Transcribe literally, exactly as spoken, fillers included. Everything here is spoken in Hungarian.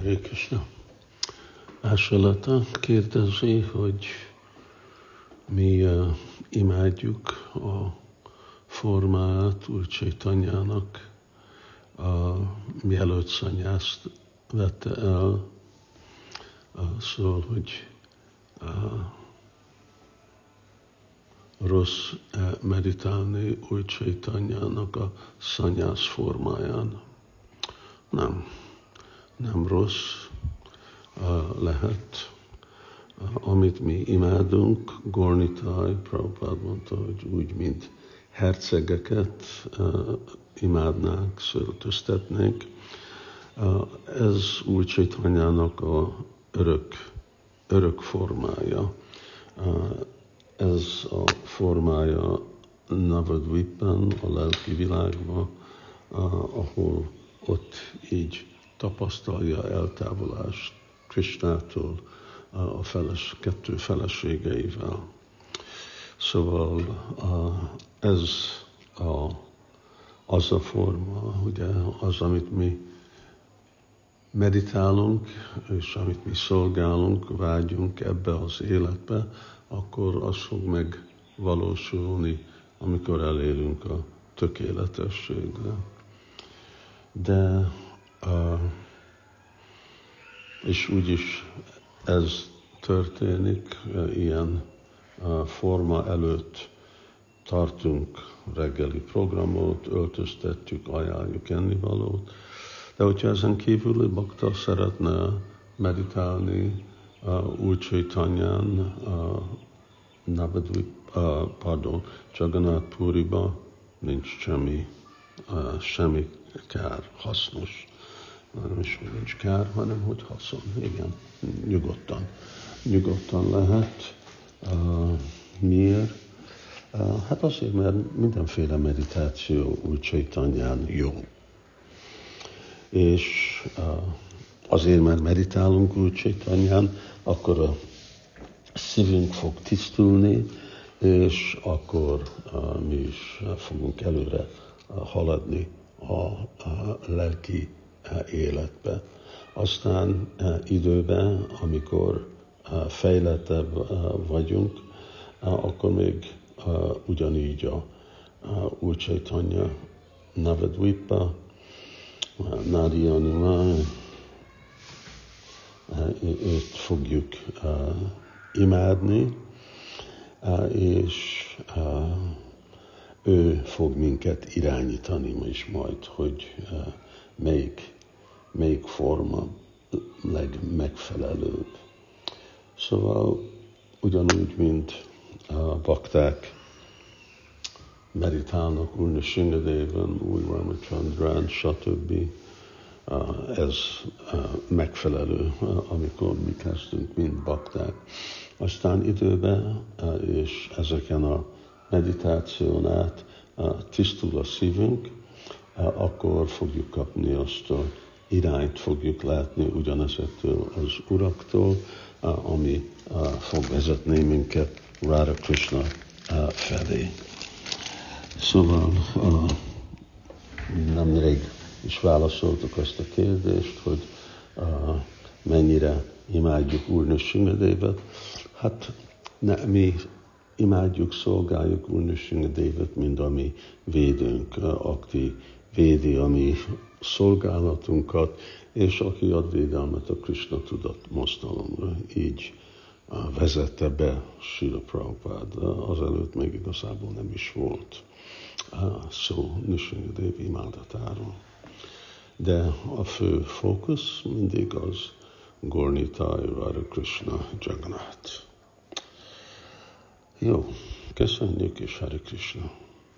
Hare Krishna. Ásalata kérdezi, hogy mi uh, imádjuk a formáját Úr Chaitanyának, uh, mielőtt szanyászt vette el. Uh, szól, hogy uh, rossz uh, meditálni Úr Chaitanyának a szanyász formáján. Nem, nem rossz. Uh, lehet. Uh, amit mi imádunk, Gaura Nitai, Prabhupád mondta, hogy úgy, mint hercegeket uh, imádnánk, szörötöztetnénk. Uh, ez Úr Chaitanyának a örök, örök formája. Uh, ez a formája Navadvipan, a lelki világban, uh, ahol ott így tapasztalja eltávolást Krishnától, a feles, kettő feleségeivel. Szóval ez a, az a forma, ugye, az, amit mi meditálunk, és amit mi szolgálunk, vágyunk ebbe az életbe, akkor az fog megvalósulni, amikor elérünk a tökéletességre. De uh, és úgyis ez történik, ilyen forma előtt tartunk reggeli programot, öltöztetjük, ajánljuk ennivalót, de hogyha ezen kívül bakta szeretne meditálni Úr Chaitanyán, Navadvip, pardon, Jagannath Puriba, nincs semmi, semmi kár, hasznos. Nem is, hogy nincs kár, hanem hogy haszon. Igen, nyugodtan. Nyugodtan lehet. Uh, miért? Uh, hát azért, mert mindenféle meditáció Úr Chaitanyán jó. És uh, azért, mert meditálunk Úr Chaitanyán, akkor a szívünk fog tisztulni, és akkor uh, mi is fogunk előre uh, haladni a, a lelki életbe. Aztán időben, amikor fejlettebb vagyunk, akkor még ugyanígy a Úr Chaitanya Navadvipa, Nadi Anima, őt fogjuk imádni, és ő fog minket irányítani is majd, hogy melyik melyik forma legmegfelelőbb. Szóval ugyanúgy, mint a bakták meditálnak Úr Nrsingadéven, Úr Ramachandrán, stb. Ez megfelelő, amikor mi kezdünk, mint bakták. Aztán időben és ezeken a meditáción át tisztul a szívünk, akkor fogjuk kapni azt a irányt fogjuk látni ugyanezektől az uraktól, ami fog vezetni minket Radha Krishna felé. Szóval nemrég is válaszoltuk azt a kérdést, hogy mennyire imádjuk Úr Nrsingadévet. Hát ne, mi imádjuk, szolgáljuk Úr Nrsingadévet, mind a mi védőnk, aki védi a mi szolgálatunkat, és aki ad védelmet a Krishna tudat mozdalomra. Így vezette be Srila Prabhupád. Azelőtt még igazából nem is volt szó Nrsingadev imádatáról. De a fő fókusz mindig az Gaura Nitai, Radha Krishna, Jagannath. Jó, köszönjük, és Hare Krishna.